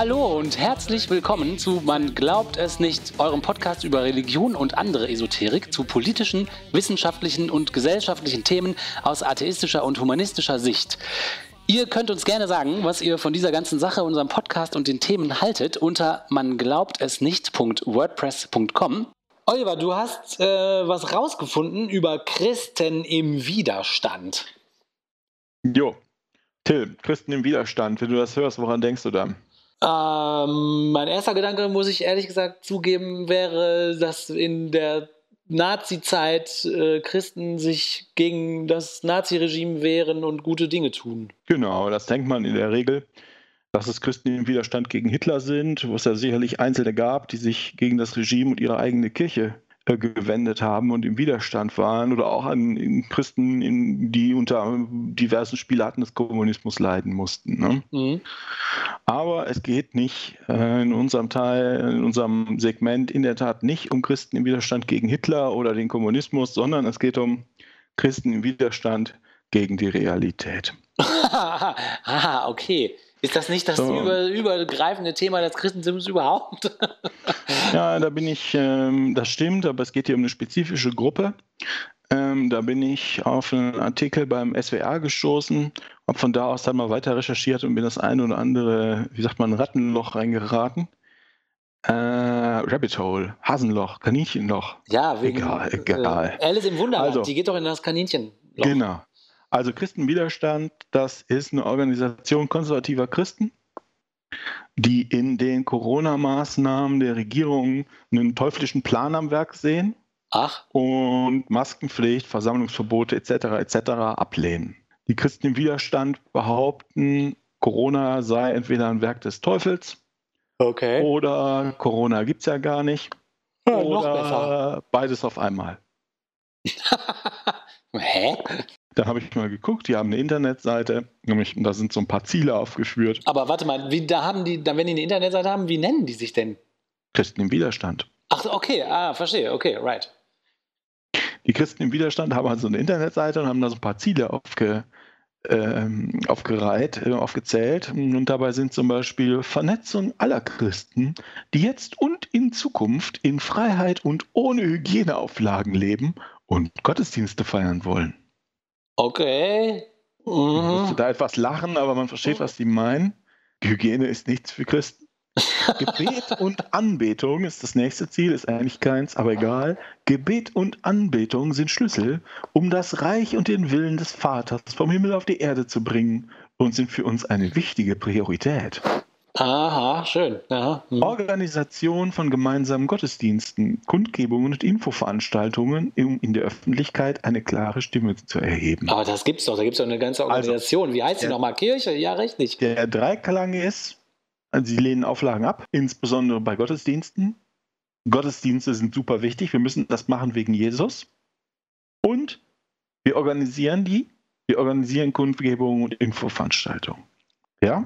Hallo und herzlich willkommen zu Man glaubt es nicht, eurem Podcast über Religion und andere Esoterik zu politischen, wissenschaftlichen und gesellschaftlichen Themen aus atheistischer und humanistischer Sicht. Ihr könnt uns gerne sagen, was ihr von dieser ganzen Sache, unserem Podcast und den Themen haltet, unter manglaubtesnicht.wordpress.com. Oliver, du hast was rausgefunden über Christen im Widerstand. Jo, Till, Christen im Widerstand, wenn du das hörst, woran denkst du dann? Mein erster Gedanke, muss ich ehrlich gesagt zugeben, wäre, dass in der Nazi-Zeit Christen sich gegen das Naziregime wehren und gute Dinge tun. Genau, das denkt man in der Regel, dass es Christen im Widerstand gegen Hitler sind, wo es ja sicherlich Einzelne gab, die sich gegen das Regime und ihre eigene Kirche gewendet haben und im Widerstand waren, oder auch an Christen, die unter diversen Spielarten des Kommunismus leiden mussten. Ne? Mhm. Aber es geht nicht in unserem Segment in der Tat nicht um Christen im Widerstand gegen Hitler oder den Kommunismus, sondern es geht um Christen im Widerstand gegen die Realität. Aha, okay. Ist das nicht das übergreifende Thema des Christentums überhaupt? Ja, das stimmt, aber es geht hier um eine spezifische Gruppe. Da bin ich auf einen Artikel beim SWR gestoßen, habe von da aus dann mal weiter recherchiert und bin das eine oder andere, Rattenloch reingeraten. Rabbit Hole, Hasenloch, Kaninchenloch. Ja, wegen Egal. Alice im Wunderland, Also, die geht doch in das Kaninchenloch. Genau. Also Christenwiderstand, das ist eine Organisation konservativer Christen, die in den Corona-Maßnahmen der Regierung einen teuflischen Plan am Werk sehen. Ach. Und Maskenpflicht, Versammlungsverbote etc. ablehnen. Die Christen im Widerstand behaupten, Corona sei entweder ein Werk des Teufels, okay, oder Corona gibt es ja gar nicht, ja, oder noch besser. Beides auf einmal. Hä? Da habe ich mal geguckt, die haben eine Internetseite, da sind so ein paar Ziele aufgeführt. Aber warte mal, wenn die eine Internetseite haben, wie nennen die sich denn? Christen im Widerstand. Ach, okay, verstehe, okay, right. Die Christen im Widerstand haben also eine Internetseite und haben da so ein paar Ziele aufgezählt. Und dabei sind zum Beispiel Vernetzung aller Christen, die jetzt und in Zukunft in Freiheit und ohne Hygieneauflagen leben und Gottesdienste feiern wollen. Okay. Ich musste da etwas lachen, aber man versteht, was die meinen. Hygiene ist nichts für Christen. Gebet und Anbetung ist das nächste Ziel, ist eigentlich keins, aber egal. Gebet und Anbetung sind Schlüssel, um das Reich und den Willen des Vaters vom Himmel auf die Erde zu bringen und sind für uns eine wichtige Priorität. Aha, schön. Aha. Organisation von gemeinsamen Gottesdiensten, Kundgebungen und Infoveranstaltungen, um in der Öffentlichkeit eine klare Stimme zu erheben. Aber das gibt's doch, da gibt es doch eine ganze Organisation. Wie heißt die nochmal? Kirche? Ja, richtig. Der Dreiklang ist, sie lehnen Auflagen ab, insbesondere bei Gottesdiensten. Gottesdienste sind super wichtig, wir müssen das machen wegen Jesus. Und wir organisieren Kundgebungen und Infoveranstaltungen. Ja?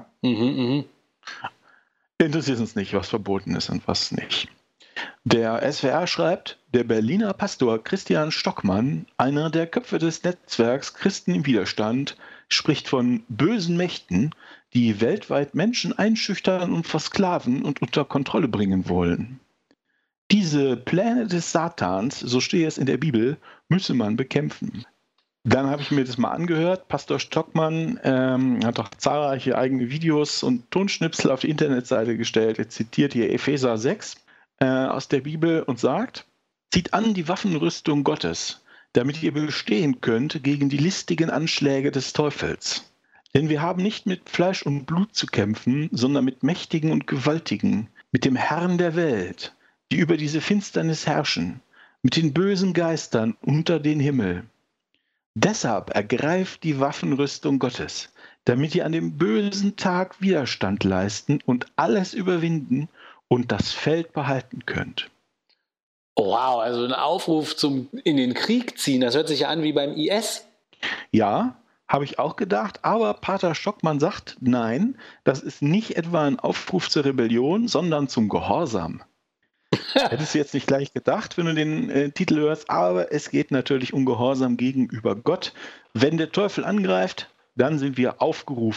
Interessiert uns nicht, was verboten ist und was nicht. Der SWR schreibt, der Berliner Pastor Christian Stockmann, einer der Köpfe des Netzwerks Christen im Widerstand, spricht von bösen Mächten, die weltweit Menschen einschüchtern und versklaven und unter Kontrolle bringen wollen. Diese Pläne des Satans, so stehe es in der Bibel, müsse man bekämpfen. Dann habe ich mir das mal angehört. Pastor Stockmann hat auch zahlreiche eigene Videos und Tonschnipsel auf die Internetseite gestellt. Er zitiert hier Epheser 6 aus der Bibel und sagt, zieht an die Waffenrüstung Gottes, damit ihr bestehen könnt gegen die listigen Anschläge des Teufels. Denn wir haben nicht mit Fleisch und Blut zu kämpfen, sondern mit Mächtigen und Gewaltigen, mit dem Herrn der Welt, die über diese Finsternis herrschen, mit den bösen Geistern unter den Himmel. Deshalb ergreift die Waffenrüstung Gottes, damit ihr an dem bösen Tag Widerstand leisten und alles überwinden und das Feld behalten könnt. Wow, also ein Aufruf zum in den Krieg ziehen, das hört sich ja an wie beim IS. Ja, habe ich auch gedacht, aber Pater Stockmann sagt, nein, das ist nicht etwa ein Aufruf zur Rebellion, sondern zum Gehorsam. Hättest du jetzt nicht gleich gedacht, wenn du den Titel hörst, aber es geht natürlich um Gehorsam gegenüber Gott. Wenn der Teufel angreift, dann sind wir aufgerufen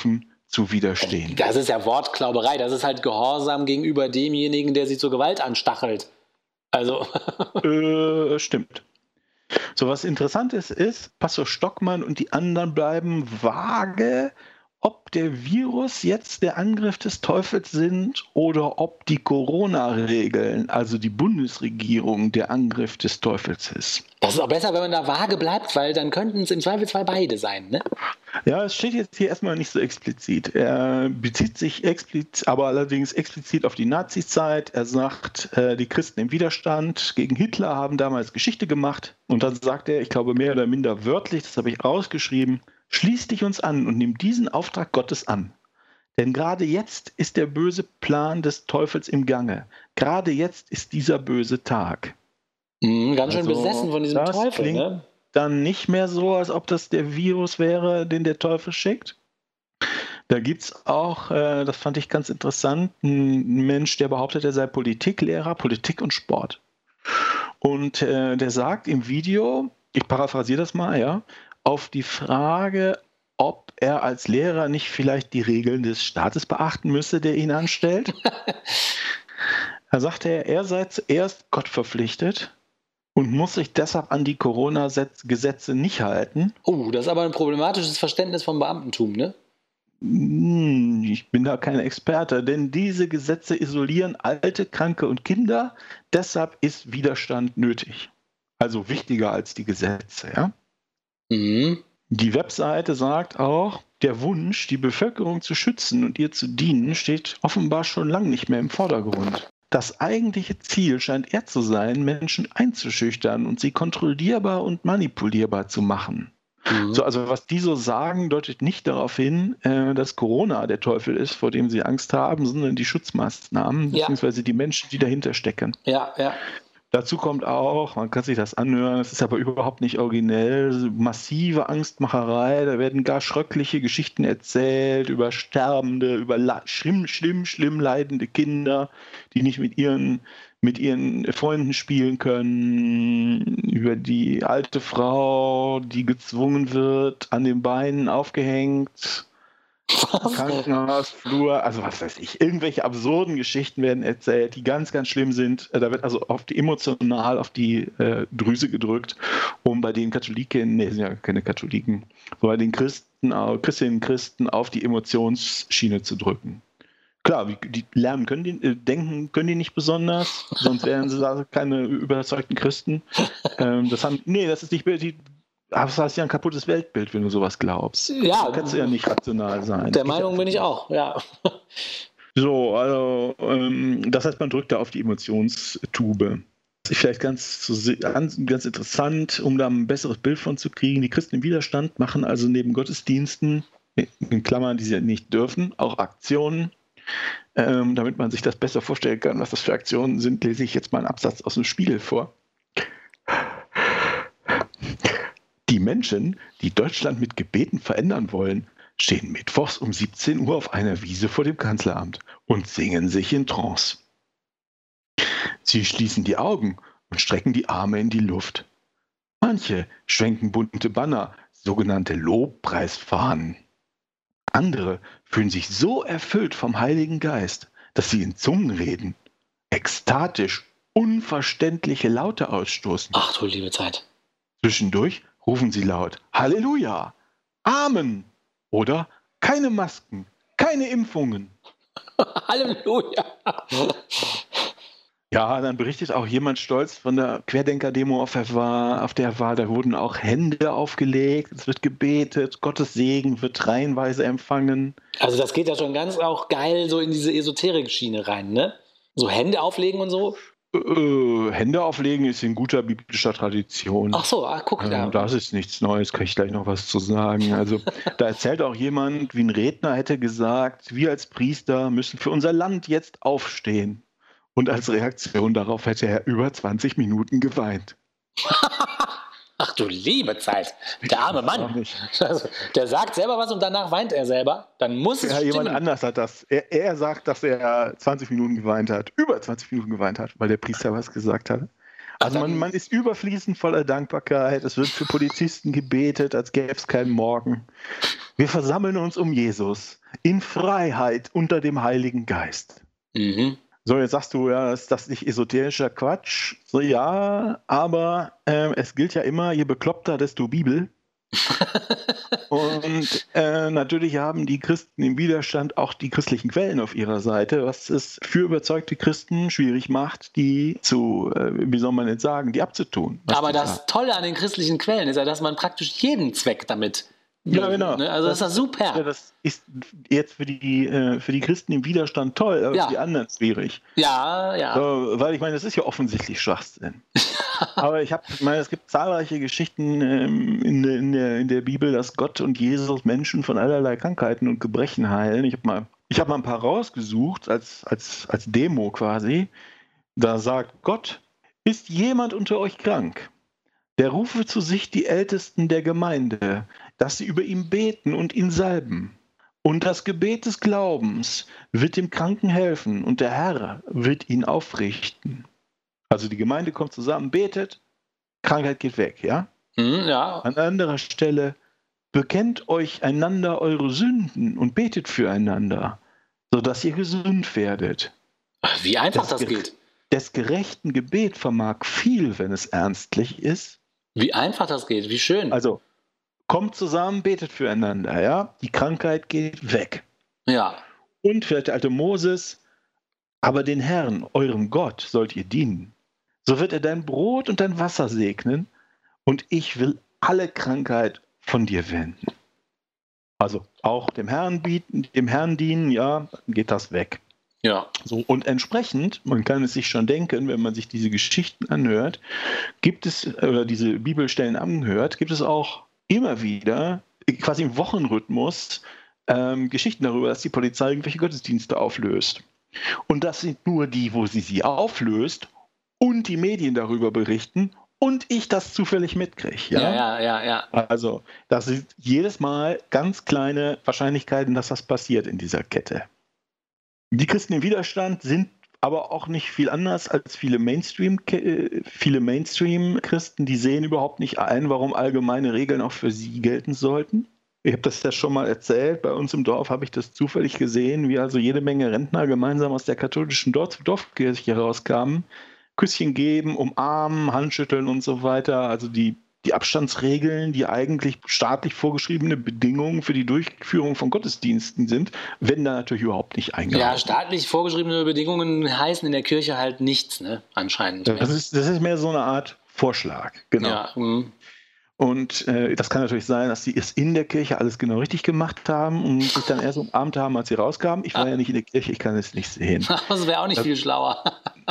zu widerstehen. Das ist ja Wortklauberei. Das ist halt Gehorsam gegenüber demjenigen, der sie zur Gewalt anstachelt. Also. Stimmt. So, was interessant ist, Pastor Stockmann und die anderen bleiben vage, ob der Virus jetzt der Angriff des Teufels sind oder ob die Corona-Regeln, also die Bundesregierung, der Angriff des Teufels ist. Das ist auch besser, wenn man da vage bleibt, weil dann könnten es im Zweifelsfall beide sein, ne? Ja, es steht jetzt hier erstmal nicht so explizit. Er bezieht sich aber allerdings explizit auf die Nazizeit. Er sagt, die Christen im Widerstand gegen Hitler haben damals Geschichte gemacht. Und dann sagt er, ich glaube mehr oder minder wörtlich, das habe ich rausgeschrieben, schließ dich uns an und nimm diesen Auftrag Gottes an. Denn gerade jetzt ist der böse Plan des Teufels im Gange. Gerade jetzt ist dieser böse Tag. Ganz schön besessen von diesem Teufel, ne? Dann nicht mehr so, als ob das der Virus wäre, den der Teufel schickt. Da gibt es auch, das fand ich ganz interessant, einen Mensch, der behauptet, er sei Politiklehrer, Politik und Sport. Und der sagt im Video, ich paraphrasiere das mal, ja, auf die Frage, ob er als Lehrer nicht vielleicht die Regeln des Staates beachten müsse, der ihn anstellt. Da sagte er sei zuerst Gott verpflichtet und muss sich deshalb an die Corona-Gesetze nicht halten. Oh, das ist aber ein problematisches Verständnis vom Beamtentum, ne? Ich bin da kein Experte, denn diese Gesetze isolieren Alte, Kranke und Kinder. Deshalb ist Widerstand nötig. Also wichtiger als die Gesetze, ja? Mhm. Die Webseite sagt auch, der Wunsch, die Bevölkerung zu schützen und ihr zu dienen, steht offenbar schon lange nicht mehr im Vordergrund. Das eigentliche Ziel scheint eher zu sein, Menschen einzuschüchtern und sie kontrollierbar und manipulierbar zu machen. Mhm. So, also was die so sagen, deutet nicht darauf hin, dass Corona der Teufel ist, vor dem sie Angst haben, sondern die Schutzmaßnahmen, beziehungsweise die Menschen, die dahinter stecken. Ja, ja. Dazu kommt auch, man kann sich das anhören, es ist aber überhaupt nicht originell, massive Angstmacherei, da werden gar schröckliche Geschichten erzählt über Sterbende, über schlimm leidende Kinder, die nicht mit ihren Freunden spielen können, über die alte Frau, die gezwungen wird, an den Beinen aufgehängt, Krankenhausflur, also was weiß ich, irgendwelche absurden Geschichten werden erzählt, die ganz, ganz schlimm sind. Da wird also emotional auf die Drüse gedrückt, um bei den Katholiken, sind ja keine Katholiken, bei den Christinnen und Christen auf die Emotionsschiene zu drücken. Klar, die lernen können die, denken können die nicht besonders, sonst wären sie da keine überzeugten Christen. Das ist nicht das heißt ja ein kaputtes Weltbild, wenn du sowas glaubst. Ja. Da kannst du ja nicht rational sein. Der Meinung bin ich auch, ja. So, also, das heißt, man drückt da auf die Emotionstube. Das ist vielleicht ganz interessant, um da ein besseres Bild von zu kriegen. Die Christen im Widerstand machen also neben Gottesdiensten, in Klammern, die sie nicht dürfen, auch Aktionen. Damit man sich das besser vorstellen kann, was das für Aktionen sind, lese ich jetzt mal einen Absatz aus dem Spiegel vor. Die Menschen, die Deutschland mit Gebeten verändern wollen, stehen mittwochs um 17 Uhr auf einer Wiese vor dem Kanzleramt und singen sich in Trance. Sie schließen die Augen und strecken die Arme in die Luft. Manche schwenken bunte Banner, sogenannte Lobpreisfahnen. Andere fühlen sich so erfüllt vom Heiligen Geist, dass sie in Zungen reden, ekstatisch unverständliche Laute ausstoßen. Ach du liebe Zeit. Zwischendurch rufen sie laut Halleluja, Amen oder keine Masken, keine Impfungen. Halleluja. Ja, dann berichtet auch jemand stolz von der Querdenker-Demo, auf der er war. Da wurden auch Hände aufgelegt, es wird gebetet, Gottes Segen wird reihenweise empfangen. Also das geht ja schon ganz auch geil so in diese Esoterik-Schiene rein, ne? So Hände auflegen und so. Hände auflegen ist in guter biblischer Tradition. Ach so, guck da. Das ist nichts Neues, kann ich gleich noch was zu sagen. Also da erzählt auch jemand, wie ein Redner hätte gesagt, wir als Priester müssen für unser Land jetzt aufstehen. Und als Reaktion darauf hätte er über 20 Minuten geweint. Ach du liebe Zeit, der arme Mann. Also, der sagt selber was und danach weint er selber. Dann muss es stimmen. Jemand anders hat das. Er sagt, dass er 20 Minuten geweint hat, über 20 Minuten geweint hat, weil der Priester was gesagt hat. Also man ist überfließend voller Dankbarkeit. Es wird für Polizisten gebetet, als gäbe es keinen Morgen. Wir versammeln uns um Jesus in Freiheit unter dem Heiligen Geist. Mhm. So, jetzt sagst du, ja, ist das nicht esoterischer Quatsch? So, ja, aber es gilt ja immer, je bekloppter, desto Bibel. Und natürlich haben die Christen im Widerstand auch die christlichen Quellen auf ihrer Seite, was es für überzeugte Christen schwierig macht, die wie soll man jetzt sagen, die abzutun. Aber das Tolle an den christlichen Quellen ist ja, dass man praktisch jeden Zweck damit. Ja, genau. Ne? Also das ist ja super. Ja, das ist jetzt für die Christen im Widerstand toll, aber Ja. für die anderen schwierig. Ja. Weil ich meine, das ist ja offensichtlich Schwachsinn. Aber es gibt zahlreiche Geschichten in der Bibel, dass Gott und Jesus Menschen von allerlei Krankheiten und Gebrechen heilen. Ich hab mal ein paar rausgesucht, als Demo quasi. Da sagt Gott, ist jemand unter euch krank? Der rufe zu sich die Ältesten der Gemeinde, dass sie über ihn beten und ihn salben. Und das Gebet des Glaubens wird dem Kranken helfen und der Herr wird ihn aufrichten. Also die Gemeinde kommt zusammen, betet, Krankheit geht weg, ja? Ja. An anderer Stelle, bekennt euch einander eure Sünden und betet füreinander, sodass ihr gesund werdet. Wie einfach das geht. Des gerechten Gebet vermag viel, wenn es ernstlich ist. Wie einfach das geht, wie schön. Also, kommt zusammen, betet füreinander, ja? Die Krankheit geht weg. Ja. Und vielleicht der alte Moses, aber den Herrn, eurem Gott, sollt ihr dienen. So wird er dein Brot und dein Wasser segnen und ich will alle Krankheit von dir wenden. Also auch dem Herrn dienen, ja, dann geht das weg. Ja. So, und entsprechend, man kann es sich schon denken, wenn man sich diese Geschichten anhört, diese Bibelstellen anhört, gibt es auch immer wieder, quasi im Wochenrhythmus, Geschichten darüber, dass die Polizei irgendwelche Gottesdienste auflöst. Und das sind nur die, wo sie auflöst und die Medien darüber berichten und ich das zufällig mitkriege. Ja. Also, das sind jedes Mal ganz kleine Wahrscheinlichkeiten, dass das passiert in dieser Kette. Die Christen im Widerstand sind aber auch nicht viel anders als viele Mainstream-Christen, die sehen überhaupt nicht ein, warum allgemeine Regeln auch für sie gelten sollten. Ich habe das ja schon mal erzählt, bei uns im Dorf habe ich das zufällig gesehen, wie also jede Menge Rentner gemeinsam aus der katholischen Dorfkirche herauskamen, Küsschen geben, umarmen, Handschütteln und so weiter, also die Abstandsregeln, die eigentlich staatlich vorgeschriebene Bedingungen für die Durchführung von Gottesdiensten sind, werden da natürlich überhaupt nicht eingehalten. Ja, staatlich vorgeschriebene Bedingungen heißen in der Kirche halt nichts, ne? Anscheinend. Das ist mehr so eine Art Vorschlag, genau. Ja, und das kann natürlich sein, dass sie es in der Kirche alles genau richtig gemacht haben und sich dann erst umarmt haben, als sie rauskamen. Ich war ja nicht in der Kirche, ich kann es nicht sehen. Das wäre auch nicht viel schlauer.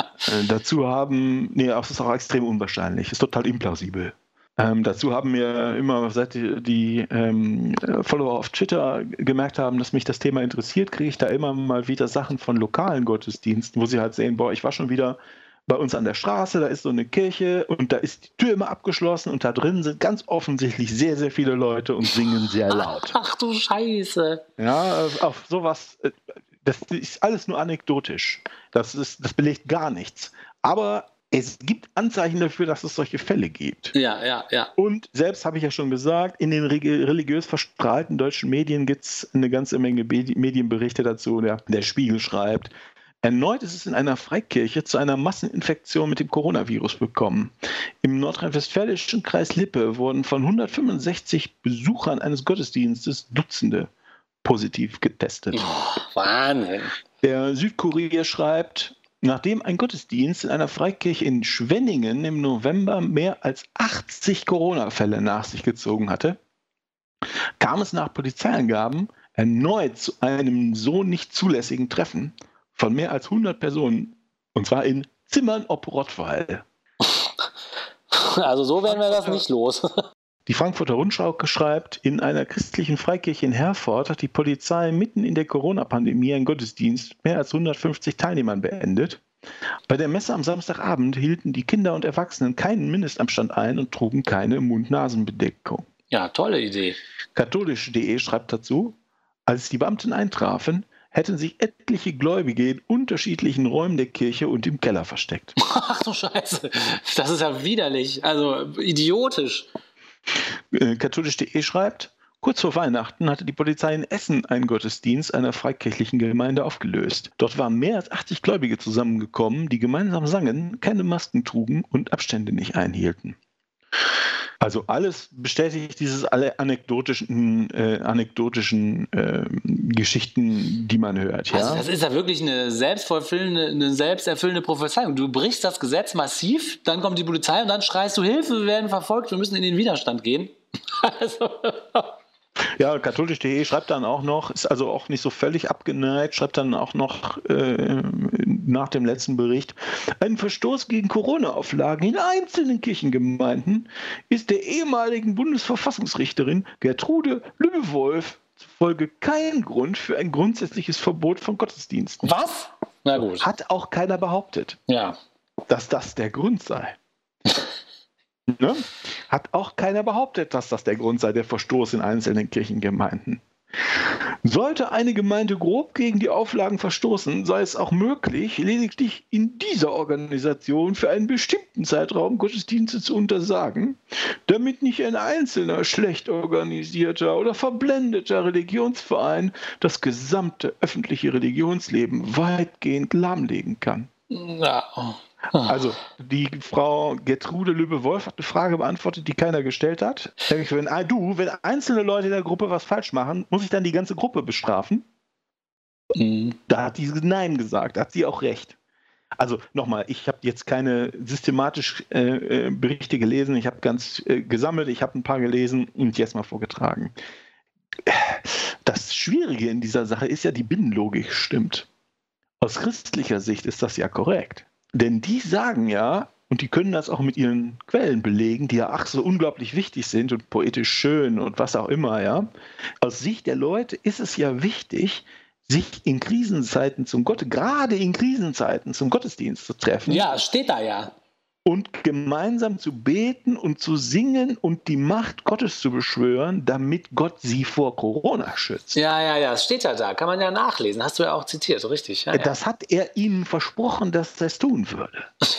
Das ist auch extrem unwahrscheinlich, ist total implausibel. Dazu haben mir immer, seit die Follower auf Twitter gemerkt haben, dass mich das Thema interessiert, kriege ich da immer mal wieder Sachen von lokalen Gottesdiensten, wo sie halt sehen, ich war schon wieder bei uns an der Straße, da ist so eine Kirche und da ist die Tür immer abgeschlossen und da drin sind ganz offensichtlich sehr, sehr viele Leute und singen sehr laut. Ach du Scheiße. Ja, auf sowas, das ist alles nur anekdotisch. Das belegt gar nichts. Aber es gibt Anzeichen dafür, dass es solche Fälle gibt. Ja. Und selbst habe ich ja schon gesagt, in den religiös verstrahlten deutschen Medien gibt es eine ganze Menge Medienberichte dazu. Der Spiegel schreibt, erneut ist es in einer Freikirche zu einer Masseninfektion mit dem Coronavirus gekommen. Im nordrhein-westfälischen Kreis Lippe wurden von 165 Besuchern eines Gottesdienstes Dutzende positiv getestet. Oh, Wahnsinn. Der Südkurier schreibt, nachdem ein Gottesdienst in einer Freikirche in Schwenningen im November mehr als 80 Corona-Fälle nach sich gezogen hatte, kam es nach Polizeiangaben erneut zu einem so nicht zulässigen Treffen von mehr als 100 Personen, und zwar in Zimmern ob Rottweil. Also so werden wir das nicht los. Die Frankfurter Rundschau schreibt, in einer christlichen Freikirche in Herford hat die Polizei mitten in der Corona-Pandemie einen Gottesdienst mit mehr als 150 Teilnehmern beendet. Bei der Messe am Samstagabend hielten die Kinder und Erwachsenen keinen Mindestabstand ein und trugen keine Mund-Nasen-Bedeckung. Ja, tolle Idee. Katholisch.de schreibt dazu, als die Beamten eintrafen, hätten sich etliche Gläubige in unterschiedlichen Räumen der Kirche und im Keller versteckt. Ach du Scheiße, das ist ja widerlich, also idiotisch. Katholisch.de schreibt, kurz vor Weihnachten hatte die Polizei in Essen einen Gottesdienst einer freikirchlichen Gemeinde aufgelöst. Dort waren mehr als 80 Gläubige zusammengekommen, die gemeinsam sangen, keine Masken trugen und Abstände nicht einhielten. Also alles bestätigt diese alle anekdotischen Geschichten, die man hört. Ja? Also das ist ja wirklich eine selbsterfüllende Prophezeiung. Du brichst das Gesetz massiv, dann kommt die Polizei und dann schreist du, Hilfe, wir werden verfolgt, wir müssen in den Widerstand gehen. Also... Ja, katholisch.de schreibt dann auch noch, ist also auch nicht so völlig abgeneigt, schreibt dann auch noch nach dem letzten Bericht, ein Verstoß gegen Corona-Auflagen in einzelnen Kirchengemeinden ist der ehemaligen Bundesverfassungsrichterin Gertrude Lübbe-Wolf zufolge kein Grund für ein grundsätzliches Verbot von Gottesdiensten. Was? Na gut. Hat auch keiner behauptet, Ja. dass das der Grund sei. Ne? Hat auch keiner behauptet, dass das der Grund sei, der Verstoß in einzelnen Kirchengemeinden. Sollte eine Gemeinde grob gegen die Auflagen verstoßen, sei es auch möglich, lediglich in dieser Organisation für einen bestimmten Zeitraum Gottesdienste zu untersagen, damit nicht ein einzelner, schlecht organisierter oder verblendeter Religionsverein das gesamte öffentliche Religionsleben weitgehend lahmlegen kann. Ja. Also, die Frau Gertrude Lübbe-Wolf hat eine Frage beantwortet, die keiner gestellt hat. Wenn einzelne Leute in der Gruppe was falsch machen, muss ich dann die ganze Gruppe bestrafen? Da hat die Nein gesagt, da hat sie auch recht. Also nochmal, ich habe jetzt keine systematisch Berichte gelesen, ich habe ganz gesammelt, ich habe ein paar gelesen und jetzt mal vorgetragen. Das Schwierige in dieser Sache ist ja, die Binnenlogik stimmt. Aus christlicher Sicht ist das ja korrekt. Denn die sagen ja, und die können das auch mit ihren Quellen belegen, die ja ach so unglaublich wichtig sind und poetisch schön und was auch immer, ja. Aus Sicht der Leute ist es ja wichtig, sich in Krisenzeiten gerade in Krisenzeiten zum Gottesdienst zu treffen. Ja, steht da ja. Und gemeinsam zu beten und zu singen und die Macht Gottes zu beschwören, damit Gott sie vor Corona schützt. Ja, es steht ja da, kann man ja nachlesen, hast du ja auch zitiert, richtig. Ja. Das hat er ihnen versprochen, dass er es tun würde.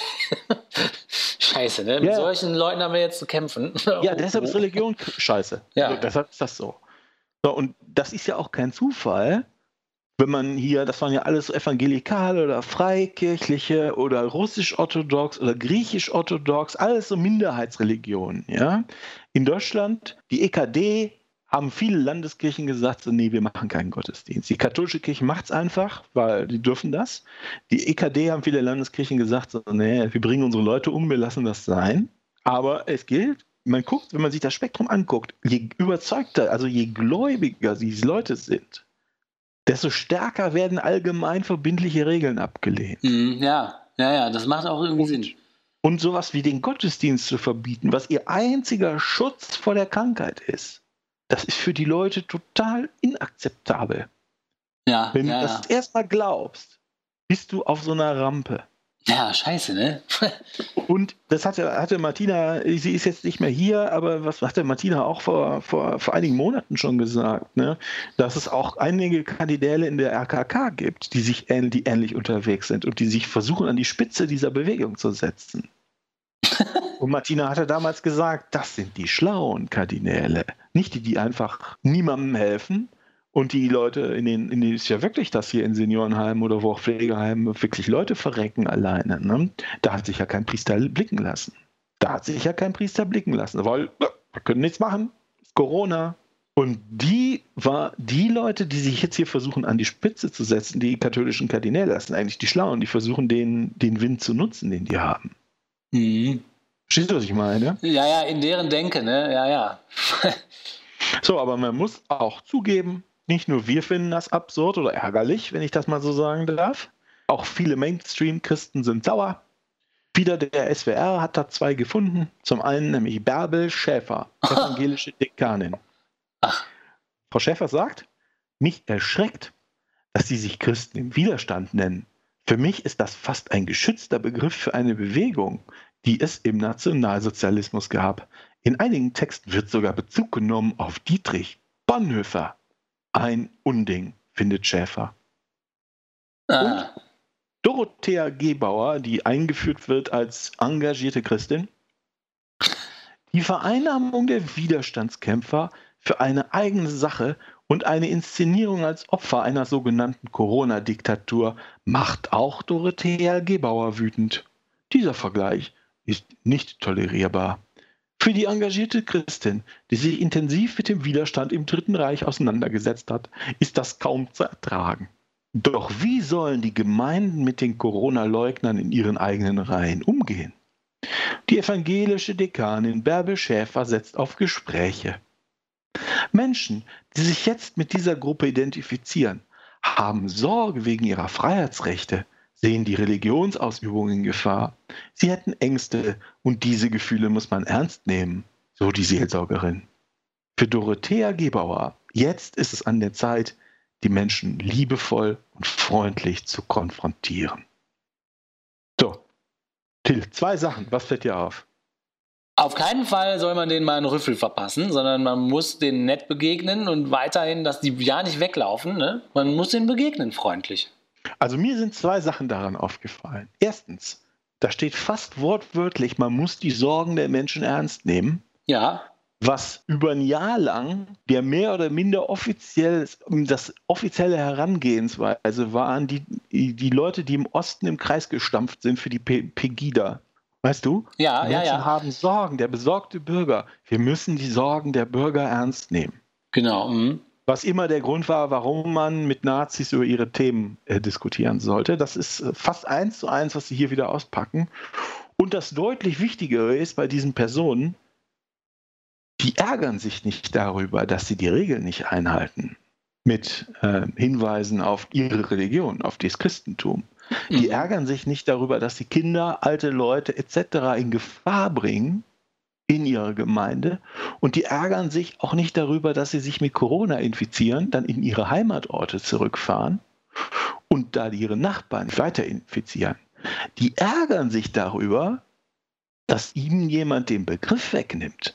Scheiße, ne? Mit solchen Leuten haben wir jetzt zu kämpfen. Ja, deshalb ist Religion scheiße. Ja. Also deshalb ist das so. Und das ist ja auch kein Zufall, wenn man hier, das waren ja alles evangelikale oder freikirchliche oder russisch-orthodox oder griechisch-orthodox, alles so Minderheitsreligionen. Ja? In Deutschland, die EKD, haben viele Landeskirchen gesagt, so, nee, wir machen keinen Gottesdienst. Die katholische Kirche macht es einfach, weil die dürfen das. Die EKD haben viele Landeskirchen gesagt, so, nee, wir bringen unsere Leute um, wir lassen das sein. Aber es gilt, man guckt, wenn man sich das Spektrum anguckt, je überzeugter, also je gläubiger diese Leute sind, desto stärker werden allgemein verbindliche Regeln abgelehnt. Ja, das macht auch irgendwie Sinn. Und sowas wie den Gottesdienst zu verbieten, was ihr einziger Schutz vor der Krankheit ist, das ist für die Leute total inakzeptabel. Ja, Wenn du das erstmal glaubst, bist du auf so einer Rampe. Ja, scheiße, ne? Und das hatte Martina, sie ist jetzt nicht mehr hier, aber was hatte Martina auch vor einigen Monaten schon gesagt, ne? Dass es auch einige Kardinäle in der RKK gibt, die ähnlich unterwegs sind und die sich versuchen, an die Spitze dieser Bewegung zu setzen. Und Martina hatte damals gesagt, das sind die schlauen Kardinäle, nicht die einfach niemandem helfen. Und die Leute, in denen ist ja wirklich das hier in Seniorenheimen oder wo auch Pflegeheimen wirklich Leute verrecken alleine. Ne? Da hat sich ja kein Priester blicken lassen. Weil wir können nichts machen, ist Corona. Und die Leute, die sich jetzt hier versuchen, an die Spitze zu setzen, die katholischen Kardinäle, das sind eigentlich die Schlauen, die versuchen, den Wind zu nutzen, den die haben. Verstehst du, was ich meine? Ja, in deren Denke, ne? Ja. So, aber man muss auch zugeben, nicht nur wir finden das absurd oder ärgerlich, wenn ich das mal so sagen darf. Auch viele Mainstream-Christen sind sauer. Wieder der SWR hat da 2 gefunden. Zum einen nämlich Bärbel Schäfer, evangelische Dekanin. Ach. Frau Schäfer sagt, mich erschreckt, dass sie sich Christen im Widerstand nennen. Für mich ist das fast ein geschützter Begriff für eine Bewegung, die es im Nationalsozialismus gab. In einigen Texten wird sogar Bezug genommen auf Dietrich Bonhoeffer. Ein Unding, findet Schäfer. Und Dorothea Gebauer, die eingeführt wird als engagierte Christin. Die Vereinnahmung der Widerstandskämpfer für eine eigene Sache und eine Inszenierung als Opfer einer sogenannten Corona-Diktatur macht auch Dorothea Gebauer wütend. Dieser Vergleich ist nicht tolerierbar. Für die engagierte Christin, die sich intensiv mit dem Widerstand im Dritten Reich auseinandergesetzt hat, ist das kaum zu ertragen. Doch wie sollen die Gemeinden mit den Corona-Leugnern in ihren eigenen Reihen umgehen? Die evangelische Dekanin Bärbel Schäfer setzt auf Gespräche. Menschen, die sich jetzt mit dieser Gruppe identifizieren, haben Sorge wegen ihrer Freiheitsrechte, sehen die Religionsausübung in Gefahr. Sie hätten Ängste und diese Gefühle muss man ernst nehmen, so die Seelsorgerin. Für Dorothea Gebauer, jetzt ist es an der Zeit, die Menschen liebevoll und freundlich zu konfrontieren. So, Till, 2 Sachen, was fällt dir auf? Auf keinen Fall soll man denen mal einen Rüffel verpassen, sondern man muss denen nett begegnen und weiterhin, dass die ja nicht weglaufen. Ne? Man muss denen begegnen, freundlich. Also mir sind 2 Sachen daran aufgefallen. Erstens, da steht fast wortwörtlich, man muss die Sorgen der Menschen ernst nehmen. Ja. Was über ein Jahr lang der mehr oder minder das offizielle Herangehensweise waren, die Leute, die im Osten im Kreis gestampft sind für die Pegida. Weißt du? Ja, die Menschen haben Sorgen, der besorgte Bürger. Wir müssen die Sorgen der Bürger ernst nehmen. Genau. Mhm. Was immer der Grund war, warum man mit Nazis über ihre Themen diskutieren sollte. Das ist fast 1:1, was sie hier wieder auspacken. Und das deutlich Wichtigere ist bei diesen Personen, die ärgern sich nicht darüber, dass sie die Regeln nicht einhalten. Mit Hinweisen auf ihre Religion, auf das Christentum. Die ärgern sich nicht darüber, dass sie Kinder, alte Leute etc. in Gefahr bringen in ihrer Gemeinde. Und die ärgern sich auch nicht darüber, dass sie sich mit Corona infizieren, dann in ihre Heimatorte zurückfahren und da ihre Nachbarn weiter infizieren. Die ärgern sich darüber, dass ihnen jemand den Begriff wegnimmt.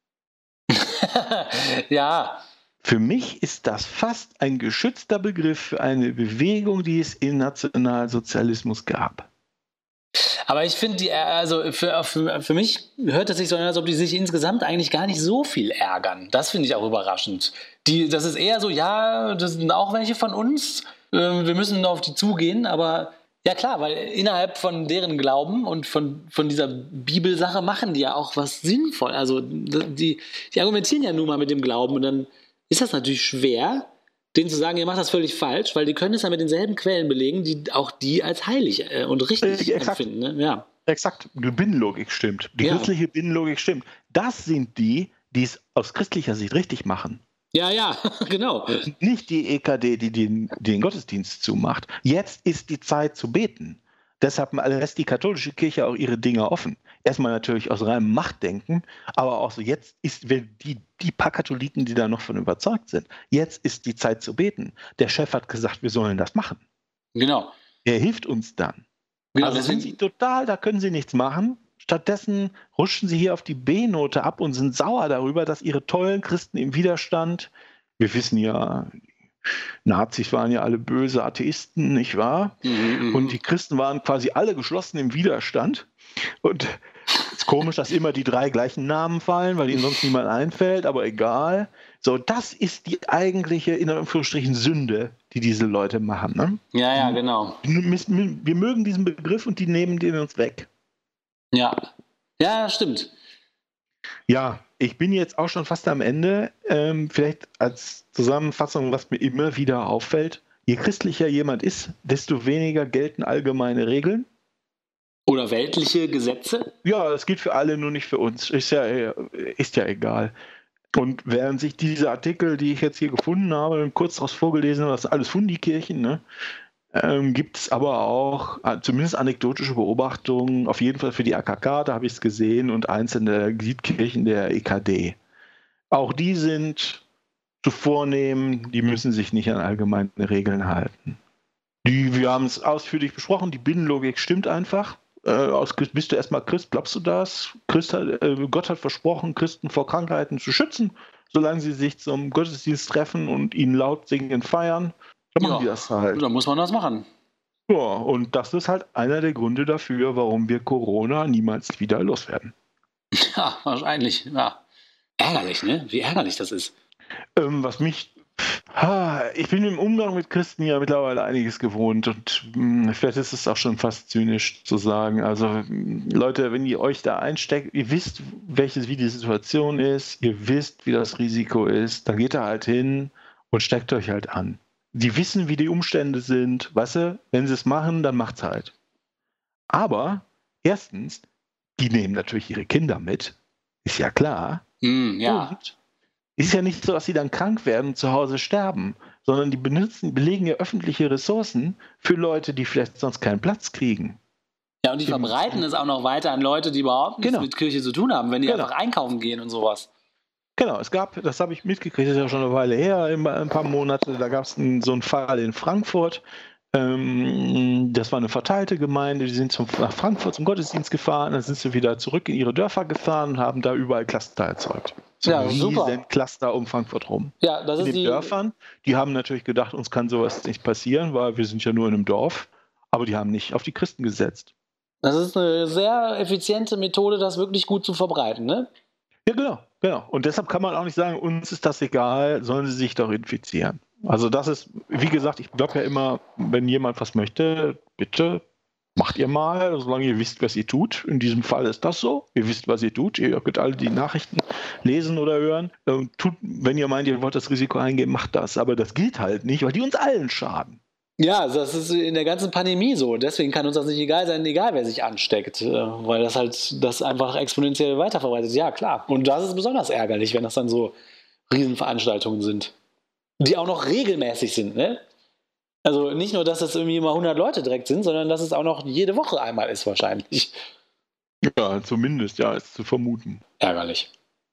Ja. Für mich ist das fast ein geschützter Begriff für eine Bewegung, die es im Nationalsozialismus gab. Aber ich finde, also für mich hört es sich so an, als ob die sich insgesamt eigentlich gar nicht so viel ärgern. Das finde ich auch überraschend. Das ist eher so, ja, das sind auch welche von uns. Wir müssen auf die zugehen, aber ja klar, weil innerhalb von deren Glauben und von dieser Bibelsache machen die ja auch was sinnvoll. Also die argumentieren ja nun mal mit dem Glauben und dann ist das natürlich schwer, denen zu sagen, ihr macht das völlig falsch, weil die können es ja mit denselben Quellen belegen, die auch die als heilig und richtig empfinden. Ne? Ja. Exakt, die Binnenlogik stimmt. Die christliche Binnenlogik stimmt. Das sind die es aus christlicher Sicht richtig machen. Ja, genau. Nicht die EKD, die den Gottesdienst zumacht. Jetzt ist die Zeit zu beten. Deshalb lässt die katholische Kirche auch ihre Dinge offen. Erstmal natürlich aus reinem Machtdenken, aber auch so, jetzt ist die paar Katholiken, die da noch von überzeugt sind, jetzt ist die Zeit zu beten. Der Chef hat gesagt, wir sollen das machen. Genau. Er hilft uns dann. Genau, also sind sie total, da können sie nichts machen. Stattdessen rutschen sie hier auf die B-Note ab und sind sauer darüber, dass ihre tollen Christen im Widerstand, wir wissen ja, Nazis waren ja alle böse Atheisten, nicht wahr? Und die Christen waren quasi alle geschlossen im Widerstand. Und es ist komisch, dass immer die 3 gleichen Namen fallen, weil ihnen sonst niemand einfällt, aber egal. So, das ist die eigentliche, in Anführungsstrichen, Sünde, die diese Leute machen. Ne? Ja, genau. Wir mögen diesen Begriff und die nehmen den uns weg. Ja, stimmt. Ja, ich bin jetzt auch schon fast am Ende. Vielleicht als Zusammenfassung, was mir immer wieder auffällt: Je christlicher jemand ist, desto weniger gelten allgemeine Regeln. Oder weltliche Gesetze? Ja, das gilt für alle, nur nicht für uns. Ist ja egal. Und während sich diese Artikel, die ich jetzt hier gefunden habe, kurz daraus vorgelesen habe, das sind alles Fundikirchen, ne? Gibt es aber auch zumindest anekdotische Beobachtungen, auf jeden Fall für die AKK, da habe ich es gesehen, und einzelne Gliedkirchen der EKD. Auch die sind zu vornehmen, die müssen sich nicht an allgemeine Regeln halten. Wir haben es ausführlich besprochen, die Binnenlogik stimmt einfach. Bist du erstmal Christ, glaubst du das? Gott hat versprochen, Christen vor Krankheiten zu schützen, solange sie sich zum Gottesdienst treffen und ihn laut singen und feiern. Dann machen die das halt. Dann muss man das machen. Ja, und das ist halt einer der Gründe dafür, warum wir Corona niemals wieder loswerden. Ja, wahrscheinlich. Ja. Ärgerlich, ne? Wie ärgerlich das ist. Was mich. Ich bin im Umgang mit Christen ja mittlerweile einiges gewohnt und vielleicht ist es auch schon fast zynisch zu sagen. Also Leute, wenn ihr euch da einsteckt, ihr wisst, wie die Situation ist, ihr wisst, wie das Risiko ist, dann geht da halt hin und steckt euch halt an. Die wissen, wie die Umstände sind, weißt du, wenn sie es machen, dann macht's halt. Aber erstens, die nehmen natürlich ihre Kinder mit, ist ja klar. Ja. Und es ist ja nicht so, dass sie dann krank werden und zu Hause sterben, sondern die belegen ja öffentliche Ressourcen für Leute, die vielleicht sonst keinen Platz kriegen. Ja, und die verbreiten es auch noch weiter an Leute, die überhaupt nichts mit Kirche zu tun haben, wenn die einfach einkaufen gehen und sowas. Genau, das habe ich mitgekriegt, das ist ja schon eine Weile her, ein paar Monate, da gab es so einen Fall in Frankfurt. Das war eine verteilte Gemeinde, die sind nach Frankfurt zum Gottesdienst gefahren, dann sind sie wieder zurück in ihre Dörfer gefahren und haben da überall Cluster erzeugt. So ja, super. Cluster um Frankfurt rum. Ja, das in ist den Dörfern, die haben natürlich gedacht, uns kann sowas nicht passieren, weil wir sind ja nur in einem Dorf, aber die haben nicht auf die Christen gesetzt. Das ist eine sehr effiziente Methode, das wirklich gut zu verbreiten, ne? Ja, genau. Und deshalb kann man auch nicht sagen, uns ist das egal, sollen sie sich doch infizieren. Also das ist, wie gesagt, ich glaube ja immer, wenn jemand was möchte, bitte macht ihr mal, solange ihr wisst, was ihr tut. In diesem Fall ist das so. Ihr wisst, was ihr tut. Ihr könnt alle die Nachrichten lesen oder hören. Wenn ihr meint, ihr wollt das Risiko eingehen, macht das. Aber das gilt halt nicht, weil die uns allen schaden. Ja, das ist in der ganzen Pandemie so. Deswegen kann uns das nicht egal sein, egal wer sich ansteckt. Weil das einfach exponentiell weiterverbreitet. Ja, klar. Und das ist besonders ärgerlich, wenn das dann so Riesenveranstaltungen sind. Die auch noch regelmäßig sind, ne? Also nicht nur, dass das irgendwie immer 100 Leute direkt sind, sondern dass es auch noch jede Woche einmal ist wahrscheinlich. Ja, zumindest, ja, ist zu vermuten. Ärgerlich.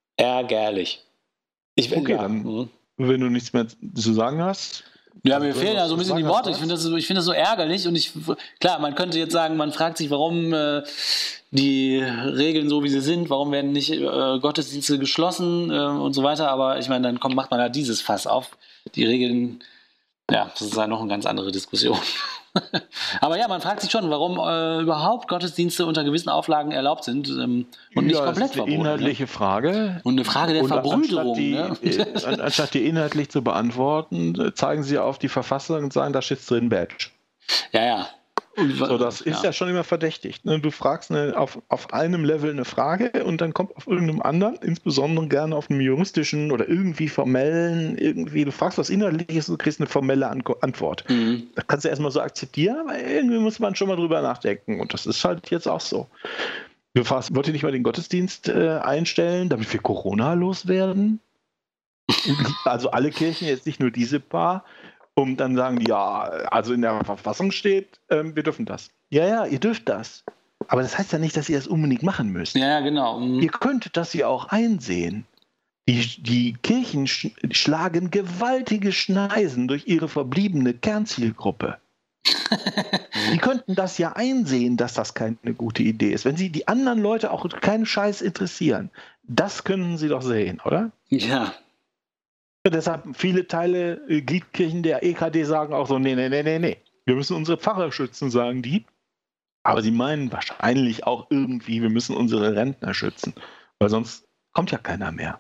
Dann, wenn du nichts mehr zu sagen hast. Ja, mir fehlen ja so ein bisschen die Worte. Ich finde das so ärgerlich und klar, man könnte jetzt sagen, man fragt sich, warum die Regeln so wie sie sind, warum werden nicht Gottesdienste geschlossen und so weiter, aber ich meine, dann macht man halt dieses Fass auf. Die Regeln, ja, das ist halt noch eine ganz andere Diskussion. Aber ja, man fragt sich schon, warum überhaupt Gottesdienste unter gewissen Auflagen erlaubt sind und nicht komplett verboten. Das ist eine inhaltliche Frage. Und eine Frage der Verbrüderung. Anstatt die inhaltlich zu beantworten, zeigen sie auf die Verfassung und sagen, da steht drin Badge. Ja. So, das ist ja schon immer verdächtig. Ne? Du fragst auf einem Level eine Frage und dann kommt auf irgendeinem anderen, insbesondere gerne auf einem juristischen oder irgendwie formellen, du fragst was Inhaltliches und du kriegst eine formelle Antwort. Mhm. Das kannst du erstmal so akzeptieren, aber irgendwie muss man schon mal drüber nachdenken und das ist halt jetzt auch so. Du fragst, wollt ihr nicht mal den Gottesdienst einstellen, damit wir Corona loswerden? Also alle Kirchen, jetzt nicht nur diese paar. Und dann sagen die, ja, also in der Verfassung steht, wir dürfen das. Ja, ihr dürft das. Aber das heißt ja nicht, dass ihr das unbedingt machen müsst. Ja, genau. Ihr könntet das ja auch einsehen. Die Kirchen schlagen gewaltige Schneisen durch ihre verbliebene Kernzielgruppe. Die könnten das ja einsehen, dass das keine gute Idee ist. Wenn sie die anderen Leute auch keinen Scheiß interessieren, das können sie doch sehen, oder? Ja. Deshalb viele Teile Gliedkirchen der EKD sagen auch so, nee. Wir müssen unsere Pfarrer schützen, sagen die. Aber sie meinen wahrscheinlich auch irgendwie, wir müssen unsere Rentner schützen. Weil sonst kommt ja keiner mehr.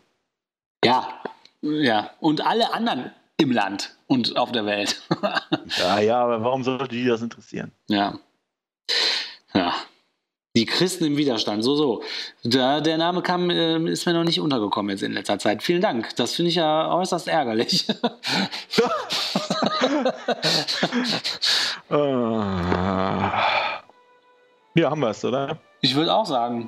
Ja. Und alle anderen im Land und auf der Welt. Ja, aber warum sollte die das interessieren? Ja. Die Christen im Widerstand, so. Der Name ist mir noch nicht untergekommen jetzt in letzter Zeit. Vielen Dank. Das finde ich ja äußerst ärgerlich. Ja, haben wir es, oder? Ich würde auch sagen.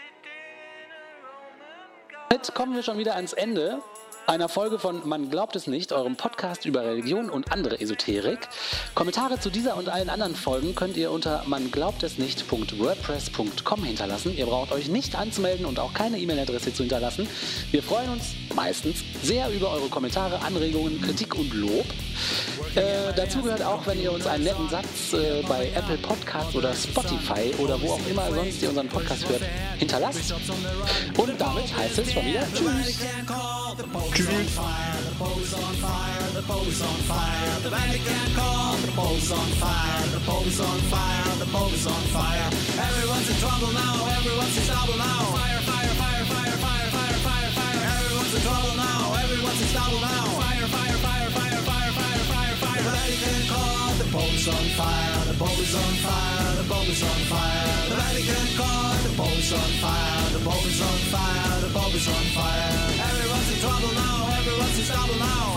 Jetzt kommen wir schon wieder ans Ende einer Folge von Man glaubt es nicht, eurem Podcast über Religion und andere Esoterik. Kommentare zu dieser und allen anderen Folgen könnt ihr unter manglaubtesnicht.wordpress.com hinterlassen. Ihr braucht euch nicht anzumelden und auch keine E-Mail-Adresse zu hinterlassen. Wir freuen uns meistens sehr über eure Kommentare, Anregungen, Kritik und Lob. Dazu gehört auch, wenn ihr uns einen netten Satz bei Apple Podcasts oder Spotify oder wo auch immer sonst ihr unseren Podcast hört, hinterlasst. Und damit heißt es schon wieder Tschüss. Tschüss. the Pope is on fire. The Vatican called, the Pope is on fire. The Pope is on fire, the Pope is on fire. Everyone's in trouble now, everyone's in trouble now. Fire, fire, fire, fire, fire, fire, fire, fire. Everyone's in trouble now, everyone's in trouble now. Fire, fire, fire, fire, fire, fire, fire, fire. The Vatican called, the Pope is on fire. The Pope is on fire, the Pope is on fire. The Vatican called, the Pope is on fire. The Pope is on fire, the Pope is on fire. Everyone's in trouble now, everyone's in trouble now.